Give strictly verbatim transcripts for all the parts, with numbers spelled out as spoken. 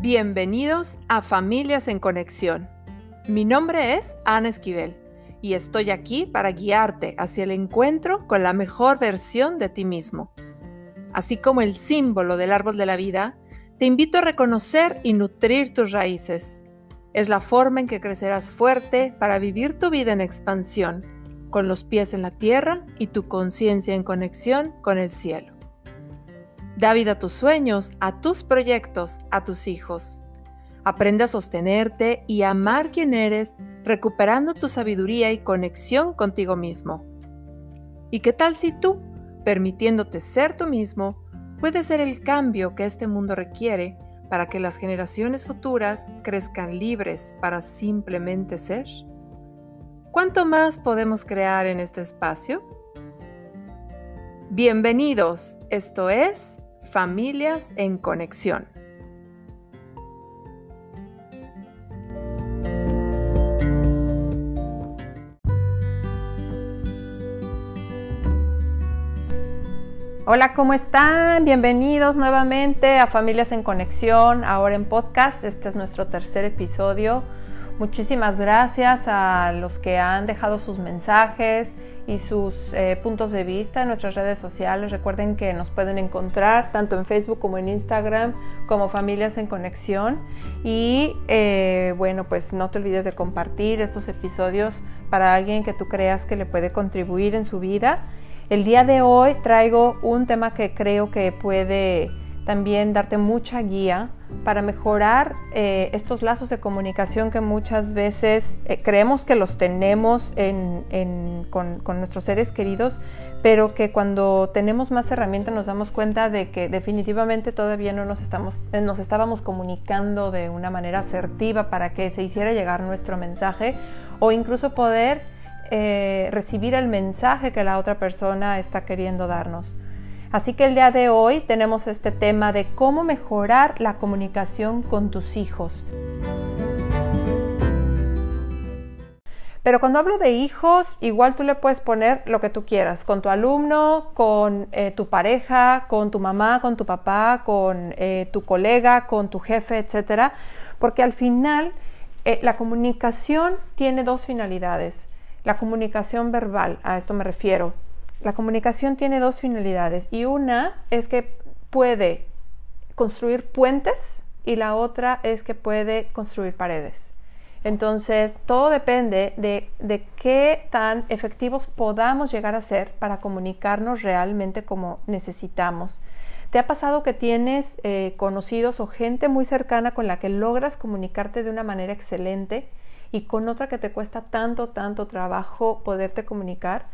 Bienvenidos a Familias en Conexión. Mi nombre es Ana Esquivel y estoy aquí para guiarte hacia el encuentro con la mejor versión de ti mismo. Así como el símbolo del árbol de la vida, te invito a reconocer y nutrir tus raíces. Es la forma en que crecerás fuerte para vivir tu vida en expansión, con los pies en la tierra y tu conciencia en conexión con el cielo. Da vida a tus sueños, a tus proyectos, a tus hijos. Aprende a sostenerte y amar quien eres, recuperando tu sabiduría y conexión contigo mismo. ¿Y qué tal si tú, permitiéndote ser tú mismo, puedes ser el cambio que este mundo requiere para que las generaciones futuras crezcan libres para simplemente ser? ¿Cuánto más podemos crear en este espacio? Bienvenidos, esto es Familias en Conexión. Hola, ¿cómo están? Bienvenidos nuevamente a Familias en Conexión, ahora en podcast. Este es nuestro tercer episodio. Muchísimas gracias a los que han dejado sus mensajes y sus eh, puntos de vista en nuestras redes sociales. Recuerden que nos pueden encontrar tanto en Facebook como en Instagram como Familias en Conexión. Y eh, bueno, pues no te olvides de compartir estos episodios para alguien que tú creas que le puede contribuir en su vida. El día de hoy traigo un tema que creo que puede también darte mucha guía para mejorar eh, estos lazos de comunicación que muchas veces eh, creemos que los tenemos en, en, con, con nuestros seres queridos, pero que cuando tenemos más herramientas nos damos cuenta de que definitivamente todavía no nos, estamos, eh, nos estábamos comunicando de una manera asertiva para que se hiciera llegar nuestro mensaje o incluso poder eh, recibir el mensaje que la otra persona está queriendo darnos. Así que el día de hoy tenemos este tema de cómo mejorar la comunicación con tus hijos. Pero cuando hablo de hijos, igual tú le puedes poner lo que tú quieras, con tu alumno, con eh, tu pareja, con tu mamá, con tu papá, con eh, tu colega, con tu jefe, etcétera. Porque al final eh, la comunicación tiene dos finalidades. La comunicación verbal, a esto me refiero. La comunicación tiene dos finalidades y una es que puede construir puentes y la otra es que puede construir paredes. Entonces, todo depende de, de qué tan efectivos podamos llegar a ser para comunicarnos realmente como necesitamos. ¿Te ha pasado que tienes eh, conocidos o gente muy cercana con la que logras comunicarte de una manera excelente y con otra que te cuesta tanto, tanto trabajo poderte comunicar?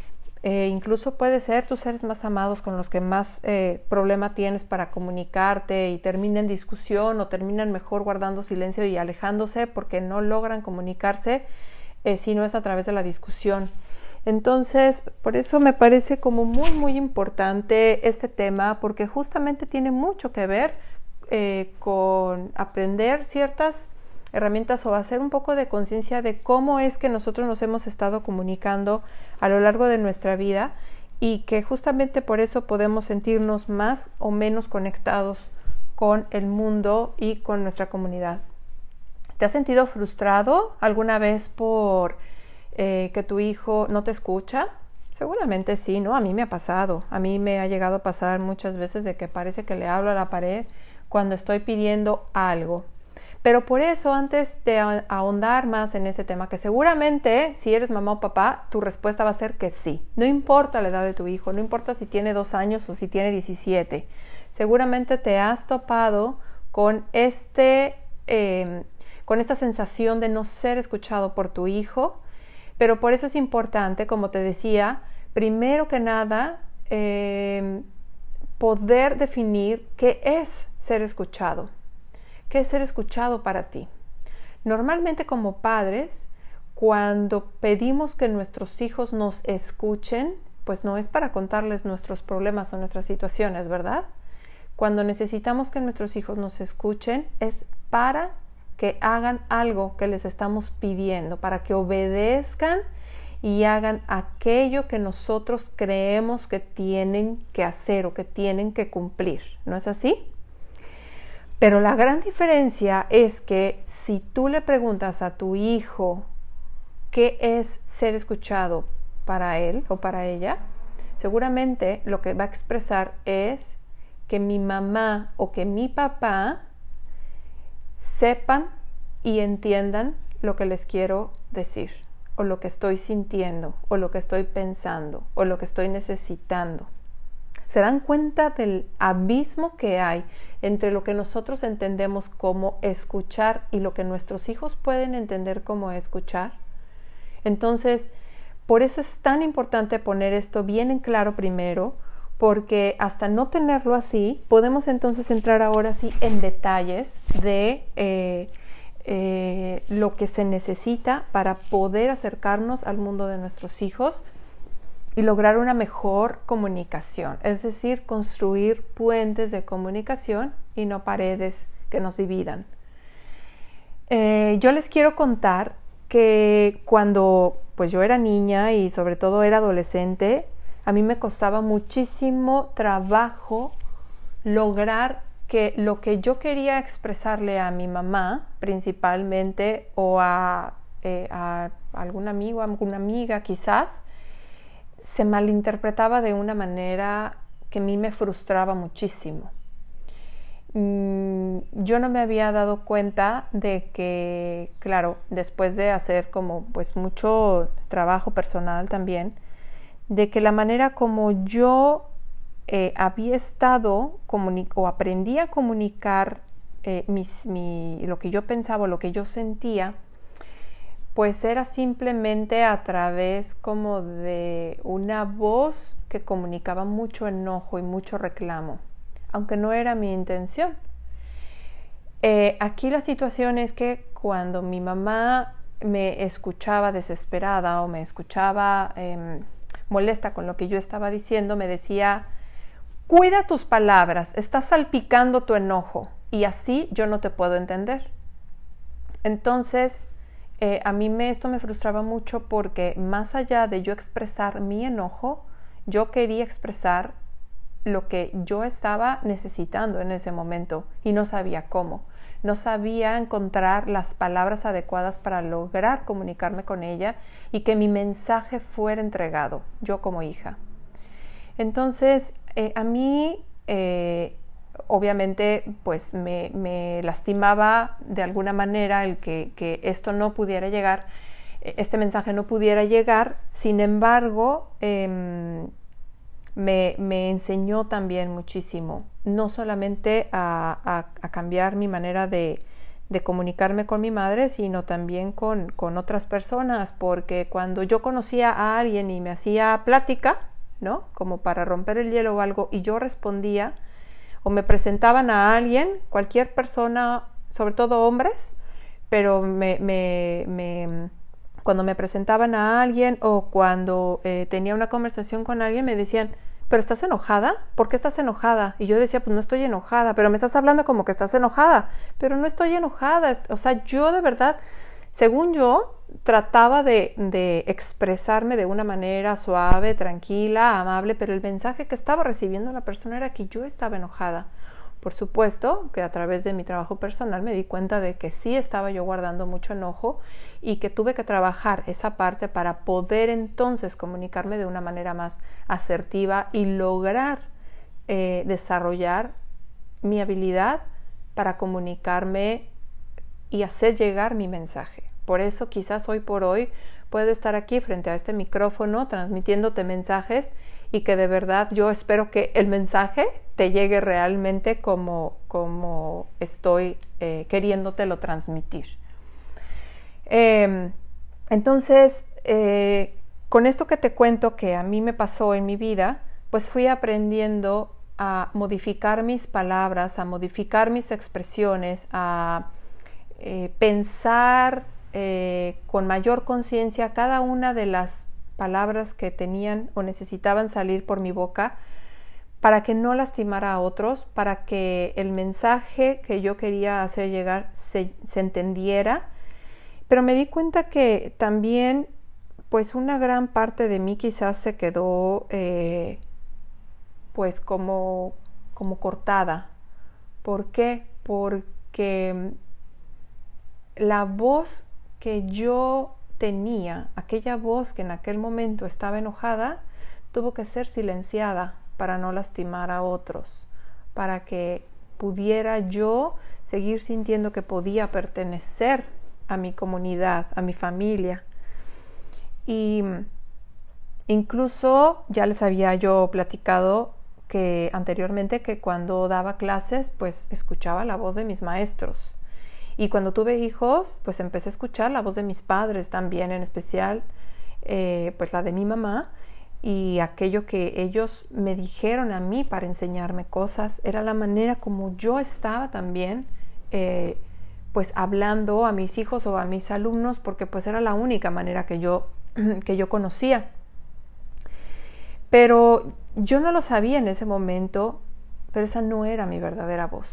Eh, incluso puede ser tus seres más amados con los que más eh, problema tienes para comunicarte y termina en discusión o terminan mejor guardando silencio y alejándose porque no logran comunicarse eh, si no es a través de la discusión. Entonces, por eso me parece como muy muy importante este tema porque justamente tiene mucho que ver eh, con aprender ciertas herramientas o hacer un poco de conciencia de cómo es que nosotros nos hemos estado comunicando a lo largo de nuestra vida y que justamente por eso podemos sentirnos más o menos conectados con el mundo y con nuestra comunidad. ¿Te has sentido frustrado alguna vez por eh, que tu hijo no te escucha? Seguramente sí, ¿no? A mí me ha pasado. A mí me ha llegado a pasar muchas veces de que parece que le hablo a la pared cuando estoy pidiendo algo. Pero por eso, antes de ahondar más en este tema, que seguramente si eres mamá o papá, tu respuesta va a ser que sí. No importa la edad de tu hijo, no importa si tiene dos años o si tiene diecisiete. Seguramente te has topado con, este, eh, con esta sensación de no ser escuchado por tu hijo. Pero por eso es importante, como te decía, primero que nada, eh, poder definir qué es ser escuchado. ¿Qué es ser escuchado para ti? Normalmente como padres, cuando pedimos que nuestros hijos nos escuchen, pues no es para contarles nuestros problemas o nuestras situaciones, ¿verdad? Cuando necesitamos que nuestros hijos nos escuchen, es para que hagan algo que les estamos pidiendo, para que obedezcan y hagan aquello que nosotros creemos que tienen que hacer o que tienen que cumplir. ¿No es así? Pero la gran diferencia es que si tú le preguntas a tu hijo qué es ser escuchado para él o para ella, seguramente lo que va a expresar es que mi mamá o que mi papá sepan y entiendan lo que les quiero decir, o lo que estoy sintiendo, o lo que estoy pensando, o lo que estoy necesitando. ¿Se dan cuenta del abismo que hay entre lo que nosotros entendemos como escuchar y lo que nuestros hijos pueden entender como escuchar? Entonces, por eso es tan importante poner esto bien en claro primero, porque hasta no tenerlo así, podemos entonces entrar ahora sí en detalles de eh, eh, lo que se necesita para poder acercarnos al mundo de nuestros hijos y lograr una mejor comunicación, es decir, construir puentes de comunicación y no paredes que nos dividan. Eh, yo les quiero contar que cuando pues yo era niña y sobre todo era adolescente, a mí me costaba muchísimo trabajo lograr que lo que yo quería expresarle a mi mamá principalmente o a, eh, a algún amigo, a alguna amiga quizás, se malinterpretaba de una manera que a mí me frustraba muchísimo. Mm, yo no me había dado cuenta de que, claro, después de hacer como pues mucho trabajo personal también, de que la manera como yo eh, había estado o aprendí a comunicar eh, mis, mi, lo que yo pensaba, lo que yo sentía, pues era simplemente a través como de una voz que comunicaba mucho enojo y mucho reclamo, aunque no era mi intención. Eh, aquí la situación es que cuando mi mamá me escuchaba desesperada o me escuchaba eh, molesta con lo que yo estaba diciendo, me decía: cuida tus palabras, estás salpicando tu enojo y así yo no te puedo entender. Entonces, eh, a mí me, esto me frustraba mucho porque más allá de yo expresar mi enojo, yo quería expresar lo que yo estaba necesitando en ese momento y no sabía cómo. No sabía encontrar las palabras adecuadas para lograr comunicarme con ella y que mi mensaje fuera entregado, yo como hija. Entonces, eh, a mí, eh, obviamente, pues me, me lastimaba de alguna manera el que, que esto no pudiera llegar, este mensaje no pudiera llegar. Sin embargo, eh, me, me enseñó también muchísimo, no solamente a, a, a cambiar mi manera de, de comunicarme con mi madre, sino también con, con otras personas, porque cuando yo conocía a alguien y me hacía plática, ¿no? Como para romper el hielo o algo, y yo respondía, o me presentaban a alguien, cualquier persona, sobre todo hombres, pero me, me, me, cuando me presentaban a alguien o cuando eh, tenía una conversación con alguien, me decían: ¿pero estás enojada? ¿Por qué estás enojada? Y yo decía: pues no estoy enojada, pero me estás hablando como que estás enojada, pero no estoy enojada. O sea, yo de verdad, según yo, trataba de, de expresarme de una manera suave, tranquila, amable, pero el mensaje que estaba recibiendo la persona era que yo estaba enojada. Por supuesto que a través de mi trabajo personal me di cuenta de que sí estaba yo guardando mucho enojo y que tuve que trabajar esa parte para poder entonces comunicarme de una manera más asertiva y lograr eh, desarrollar mi habilidad para comunicarme y hacer llegar mi mensaje. Por eso quizás hoy por hoy puedo estar aquí frente a este micrófono transmitiéndote mensajes y que de verdad yo espero que el mensaje te llegue realmente como, como estoy eh, queriéndotelo transmitir. Eh, entonces, eh, con esto que te cuento que a mí me pasó en mi vida, pues fui aprendiendo a modificar mis palabras, a modificar mis expresiones, a eh, pensar eh, con mayor conciencia cada una de las palabras que tenían o necesitaban salir por mi boca para que no lastimara a otros, para que el mensaje que yo quería hacer llegar se, se entendiera. Pero me di cuenta que también pues una gran parte de mí quizás se quedó eh, pues como, como cortada. ¿Por qué? porque la voz que yo tenía, aquella voz que en aquel momento estaba enojada, tuvo que ser silenciada para no lastimar a otros, para que pudiera yo seguir sintiendo que podía pertenecer a mi comunidad, a mi familia. Y incluso ya les había yo platicado que anteriormente que cuando daba clases, pues escuchaba la voz de mis maestros. Y cuando tuve hijos, pues empecé a escuchar la voz de mis padres también, en especial eh, pues la de mi mamá, y aquello que ellos me dijeron a mí para enseñarme cosas, era la manera como yo estaba también eh, pues hablando a mis hijos o a mis alumnos, porque pues era la única manera que yo, que yo conocía. Pero yo no lo sabía en ese momento, pero esa no era mi verdadera voz.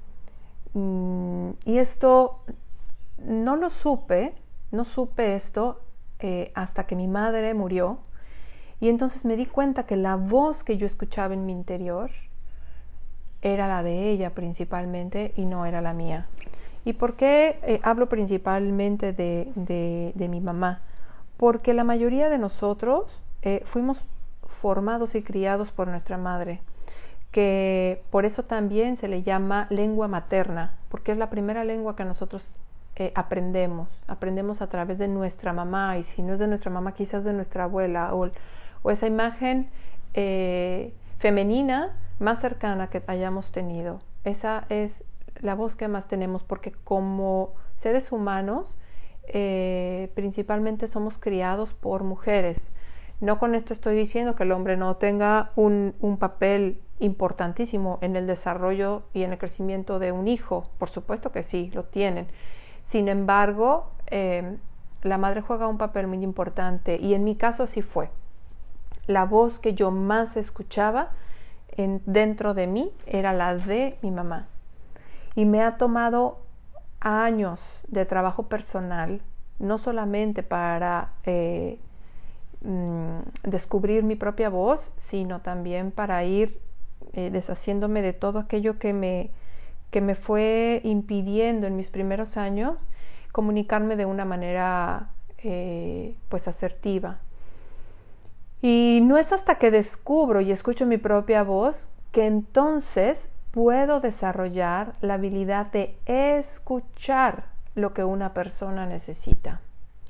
Y esto no lo supe, no supe esto eh, hasta que mi madre murió. Y entonces me di cuenta que la voz que yo escuchaba en mi interior era la de ella principalmente y no era la mía. ¿Y por qué eh, hablo principalmente de, de, de mi mamá? Porque la mayoría de nosotros eh, fuimos formados y criados por nuestra madre, que por eso también se le llama lengua materna, porque es la primera lengua que nosotros eh, aprendemos, aprendemos a través de nuestra mamá, y si no es de nuestra mamá, quizás de nuestra abuela, o, o esa imagen eh, femenina más cercana que hayamos tenido. Esa es la voz que más tenemos, porque como seres humanos eh, principalmente somos criados por mujeres. No con esto estoy diciendo que el hombre no tenga un, un papel importantísimo en el desarrollo y en el crecimiento de un hijo. Por supuesto que sí, lo tienen. Sin embargo, eh, la madre juega un papel muy importante, y en mi caso así fue. La voz que yo más escuchaba en, dentro de mí era la de mi mamá. Y me ha tomado años de trabajo personal, no solamente para eh, descubrir mi propia voz, sino también para ir eh, deshaciéndome de todo aquello que me, que me fue impidiendo en mis primeros años comunicarme de una manera eh, pues asertiva. Y no es hasta que descubro y escucho mi propia voz que entonces puedo desarrollar la habilidad de escuchar lo que una persona necesita.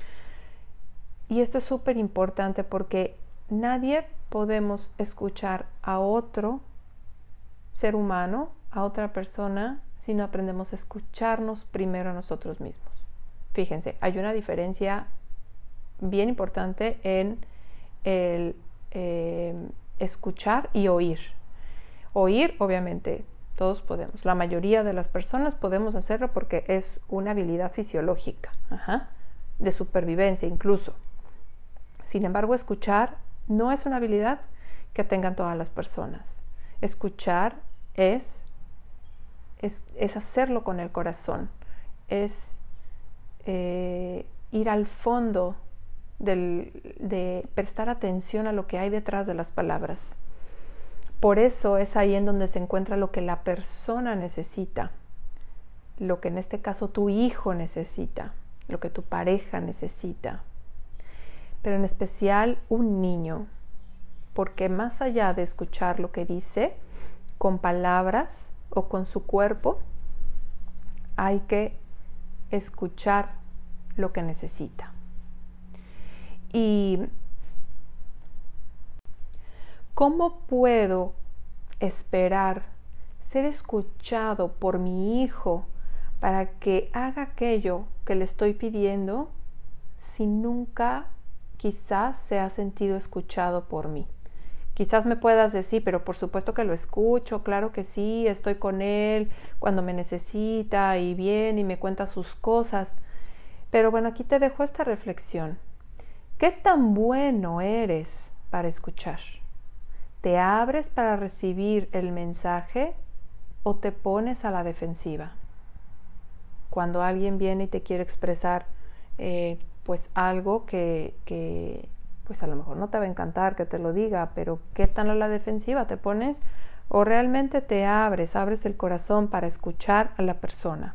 Y esto es súper importante, porque nadie podemos escuchar a otro ser humano, a otra persona, si no aprendemos a escucharnos primero a nosotros mismos. Fíjense, hay una diferencia bien importante en el eh, escuchar y oír. Oír, obviamente, todos podemos. La mayoría de las personas podemos hacerlo porque es una habilidad fisiológica, ajá, de supervivencia incluso. Sin embargo, escuchar no es una habilidad que tengan todas las personas. Escuchar es, es, es hacerlo con el corazón, es eh, ir al fondo del, de prestar atención a lo que hay detrás de las palabras. Por eso es ahí en donde se encuentra lo que la persona necesita, lo que en este caso tu hijo necesita, lo que tu pareja necesita, pero en especial un niño, porque más allá de escuchar lo que dice con palabras o con su cuerpo, hay que escuchar lo que necesita. Y ¿cómo puedo esperar ser escuchado por mi hijo para que haga aquello que le estoy pidiendo si nunca quizás se ha sentido escuchado por mí? Quizás me puedas decir, pero por supuesto que lo escucho, claro que sí, estoy con él cuando me necesita y viene y me cuenta sus cosas. Pero bueno, aquí te dejo esta reflexión. ¿Qué tan bueno eres para escuchar? ¿Te abres para recibir el mensaje o te pones a la defensiva? Cuando alguien viene y te quiere expresar eh, pues algo que, que pues a lo mejor no te va a encantar que te lo diga, pero ¿qué tan a la defensiva te pones ¿O realmente te abres, abres el corazón para escuchar a la persona?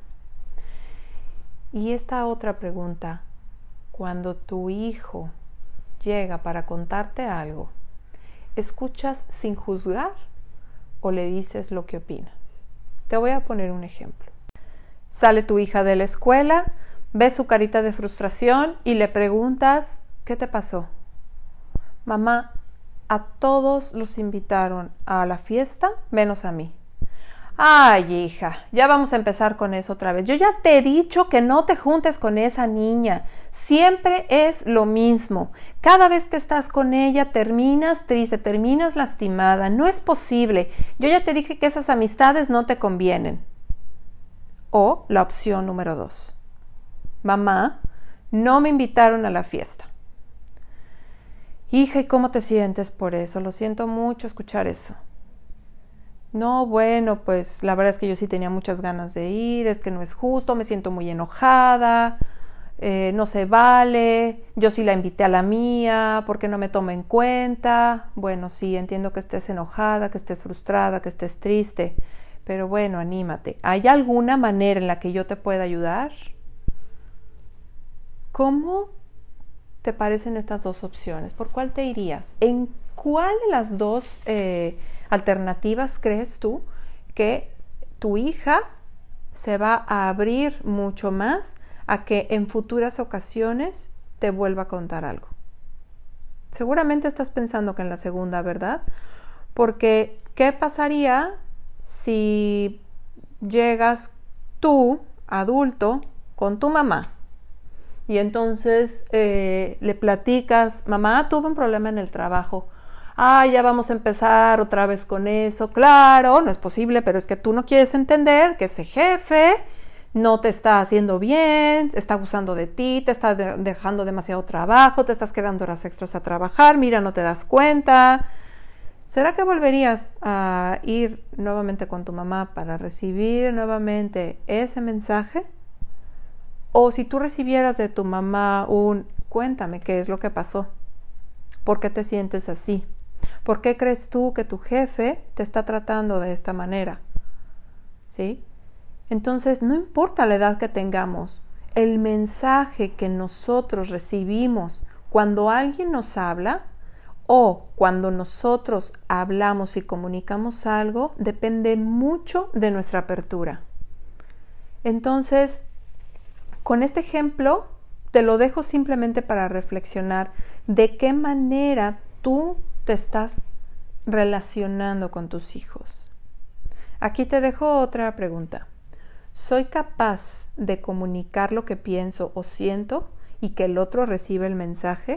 Y esta otra pregunta, cuando tu hijo llega para contarte algo, ¿escuchas sin juzgar o le dices lo que opinas? Te voy a poner un ejemplo. Sale tu hija de la escuela, ves su carita de frustración y le preguntas, ¿qué te pasó? Mamá, a todos los invitaron a la fiesta, menos a mí. Ay, hija, ya vamos a empezar con eso otra vez. Yo ya te he dicho que no te juntes con esa niña. Siempre es lo mismo. Cada vez que estás con ella terminas triste, terminas lastimada. No es posible. Yo ya te dije que esas amistades no te convienen. O la opción número dos. Mamá, no me invitaron a la fiesta. Hija, ¿y cómo te sientes por eso? Lo siento mucho escuchar eso. No, bueno, pues la verdad es que yo sí tenía muchas ganas de ir, es que no es justo, me siento muy enojada, eh, no se vale, yo sí la invité a la mía, ¿por qué no me toma en cuenta? Bueno, sí, entiendo que estés enojada, que estés frustrada, que estés triste, pero bueno, anímate. ¿Hay alguna manera en la que yo te pueda ayudar? ¿Cómo te parecen estas dos opciones? ¿Por cuál te irías? ¿En cuál de las dos eh, alternativas crees tú que tu hija se va a abrir mucho más a que en futuras ocasiones te vuelva a contar algo? Seguramente estás pensando que en la segunda, ¿verdad? Porque ¿qué pasaría si llegas tú, adulto, con tu mamá? Y entonces eh, le platicas, mamá, tuve un problema en el trabajo. Ah, ya vamos a empezar otra vez con eso. Claro, no es posible, pero es que tú no quieres entender que ese jefe no te está haciendo bien, está abusando de ti, te está de- dejando demasiado trabajo, te estás quedando horas extras a trabajar, mira, no te das cuenta. ¿Será que volverías a ir nuevamente con tu mamá para recibir nuevamente ese mensaje? O si tú recibieras de tu mamá un, cuéntame qué es lo que pasó, ¿por qué te sientes así? ¿Por qué crees tú que tu jefe te está tratando de esta manera? ¿Sí? Entonces, no importa la edad que tengamos, el mensaje que nosotros recibimos cuando alguien nos habla o cuando nosotros hablamos y comunicamos algo depende mucho de nuestra apertura. Entonces, con este ejemplo, te lo dejo simplemente para reflexionar de qué manera tú te estás relacionando con tus hijos. Aquí te dejo otra pregunta. ¿Soy capaz de comunicar lo que pienso o siento y que el otro reciba el mensaje?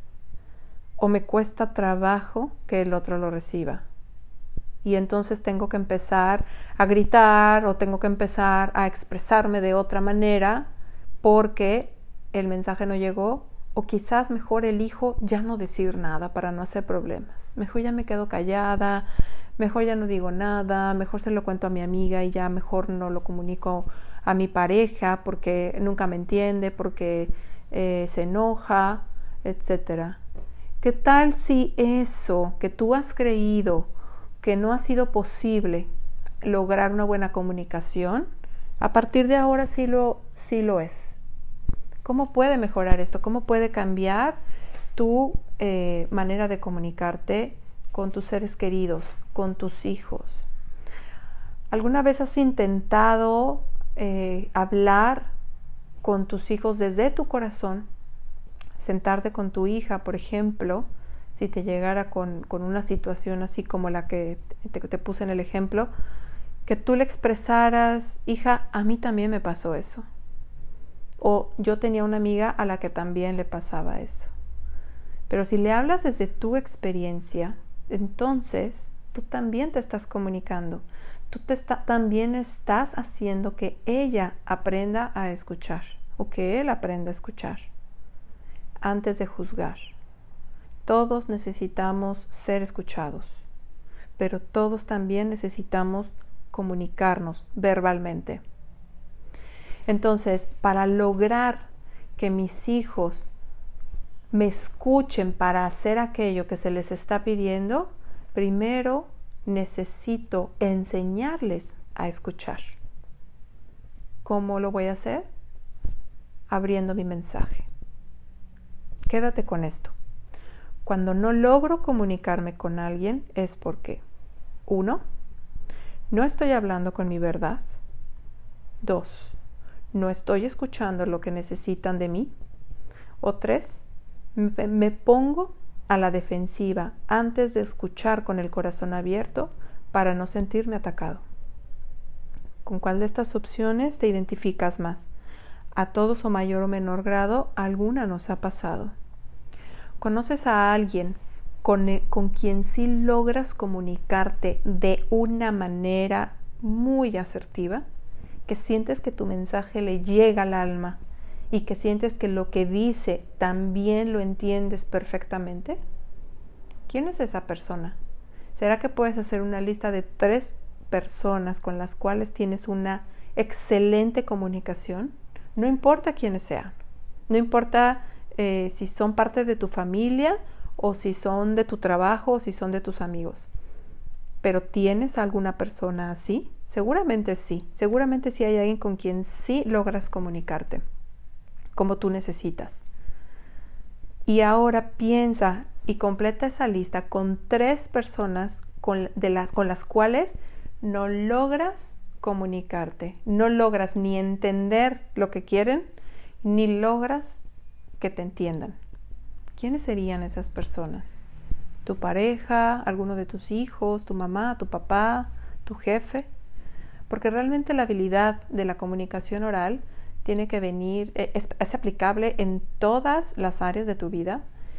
¿O me cuesta trabajo que el otro lo reciba? Y entonces tengo que empezar a gritar o tengo que empezar a expresarme de otra manera porque el mensaje no llegó, o quizás mejor elijo ya no decir nada para no hacer problemas. Mejor ya me quedo callada, mejor ya no digo nada, mejor se lo cuento a mi amiga y ya mejor no lo comunico a mi pareja porque nunca me entiende, porque eh, se enoja, etcétera. ¿Qué tal si eso que tú has creído que no ha sido posible lograr una buena comunicación, a partir de ahora sí lo, sí lo es? ¿Cómo puede mejorar esto? ¿Cómo puede cambiar tu eh, manera de comunicarte con tus seres queridos, con tus hijos? ¿Alguna vez has intentado eh, hablar con tus hijos desde tu corazón? Sentarte con tu hija, por ejemplo, si te llegara con, con una situación así como la que te, te puse en el ejemplo, que tú le expresaras, hija, a mí también me pasó eso. O yo tenía una amiga a la que también le pasaba eso. Pero si le hablas desde tu experiencia, entonces tú también te estás comunicando. Tú te está, también estás haciendo que ella aprenda a escuchar o que él aprenda a escuchar antes de juzgar. Todos necesitamos ser escuchados, pero todos también necesitamos comunicarnos verbalmente. Entonces, para lograr que mis hijos me escuchen para hacer aquello que se les está pidiendo, primero necesito enseñarles a escuchar. ¿Cómo lo voy a hacer? Abriendo mi mensaje. Quédate con esto. Cuando no logro comunicarme con alguien es porque, uno, no estoy hablando con mi verdad. Dos, no estoy escuchando lo que necesitan de mí. O tres, me, me pongo a la defensiva antes de escuchar con el corazón abierto para no sentirme atacado. ¿Con cuál de estas opciones te identificas más? A todos o mayor o menor grado, alguna nos ha pasado. ¿Conoces a alguien con, con quien sí logras comunicarte de una manera muy asertiva? Que sientes que tu mensaje le llega al alma y que sientes que lo que dice también lo entiendes perfectamente. ¿Quién es esa persona? ¿Será que puedes hacer una lista de tres personas con las cuales tienes una excelente comunicación? No importa quiénes sean, no importa eh, si son parte de tu familia o si son de tu trabajo o si son de tus amigos. ¿Pero tienes alguna persona así? Seguramente sí, seguramente sí hay alguien con quien sí logras comunicarte como tú necesitas. Y ahora piensa y completa esa lista con tres personas con, de las, con las cuales no logras comunicarte, no logras ni entender lo que quieren, ni logras que te entiendan. ¿Quiénes serían esas personas? ¿Tu pareja, alguno de tus hijos, tu mamá, tu papá, tu jefe? Porque realmente la habilidad de la comunicación oral tiene que venir, es, es aplicable en todas las áreas de tu vida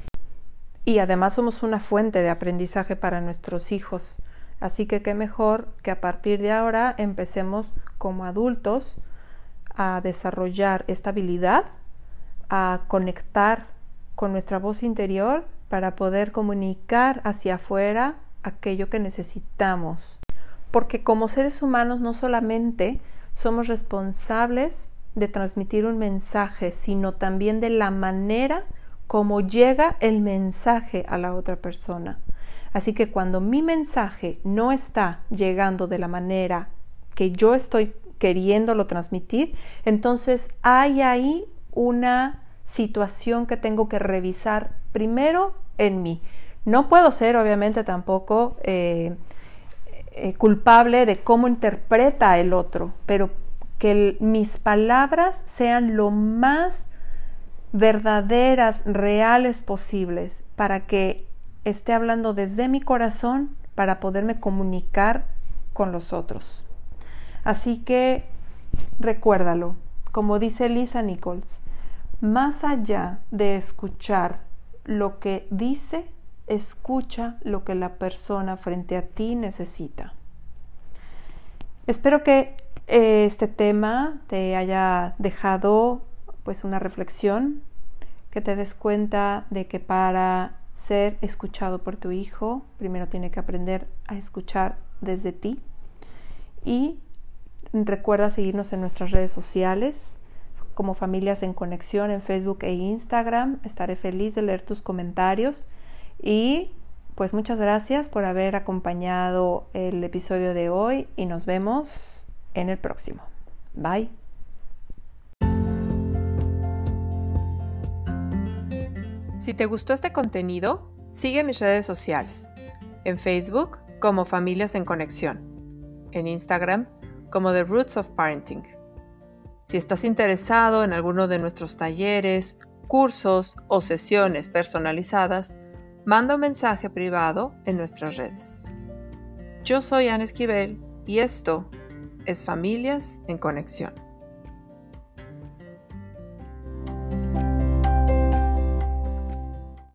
y además somos una fuente de aprendizaje para nuestros hijos. Así que qué mejor que a partir de ahora empecemos como adultos a desarrollar esta habilidad, a conectar con nuestra voz interior para poder comunicar hacia afuera aquello que necesitamos. Porque como seres humanos no solamente somos responsables de transmitir un mensaje, sino también de la manera como llega el mensaje a la otra persona. Así que cuando mi mensaje no está llegando de la manera que yo estoy queriéndolo transmitir, entonces hay ahí una situación que tengo que revisar primero en mí. No puedo ser, obviamente, tampoco eh, eh, culpable de cómo interpreta el otro, pero que el, mis palabras sean lo más verdaderas, reales posibles, para que esté hablando desde mi corazón para poderme comunicar con los otros. Así que recuérdalo, como dice Lisa Nichols, más allá de escuchar lo que dice, escucha lo que la persona frente a ti necesita. Espero que eh, este tema te haya dejado pues una reflexión, que te des cuenta de que para ser escuchado por tu hijo, primero tiene que aprender a escuchar desde ti. Y recuerda seguirnos en nuestras redes sociales como Familias en Conexión en Facebook e Instagram. Estaré feliz de leer tus comentarios y pues muchas gracias por haber acompañado el episodio de hoy y nos vemos en el próximo. Bye. Si te gustó este contenido, sigue mis redes sociales. En Facebook como Familias en Conexión. En Instagram como The Roots of Parenting. Si estás interesado en alguno de nuestros talleres, cursos o sesiones personalizadas, manda un mensaje privado en nuestras redes. Yo soy Ana Esquivel y esto es Familias en Conexión.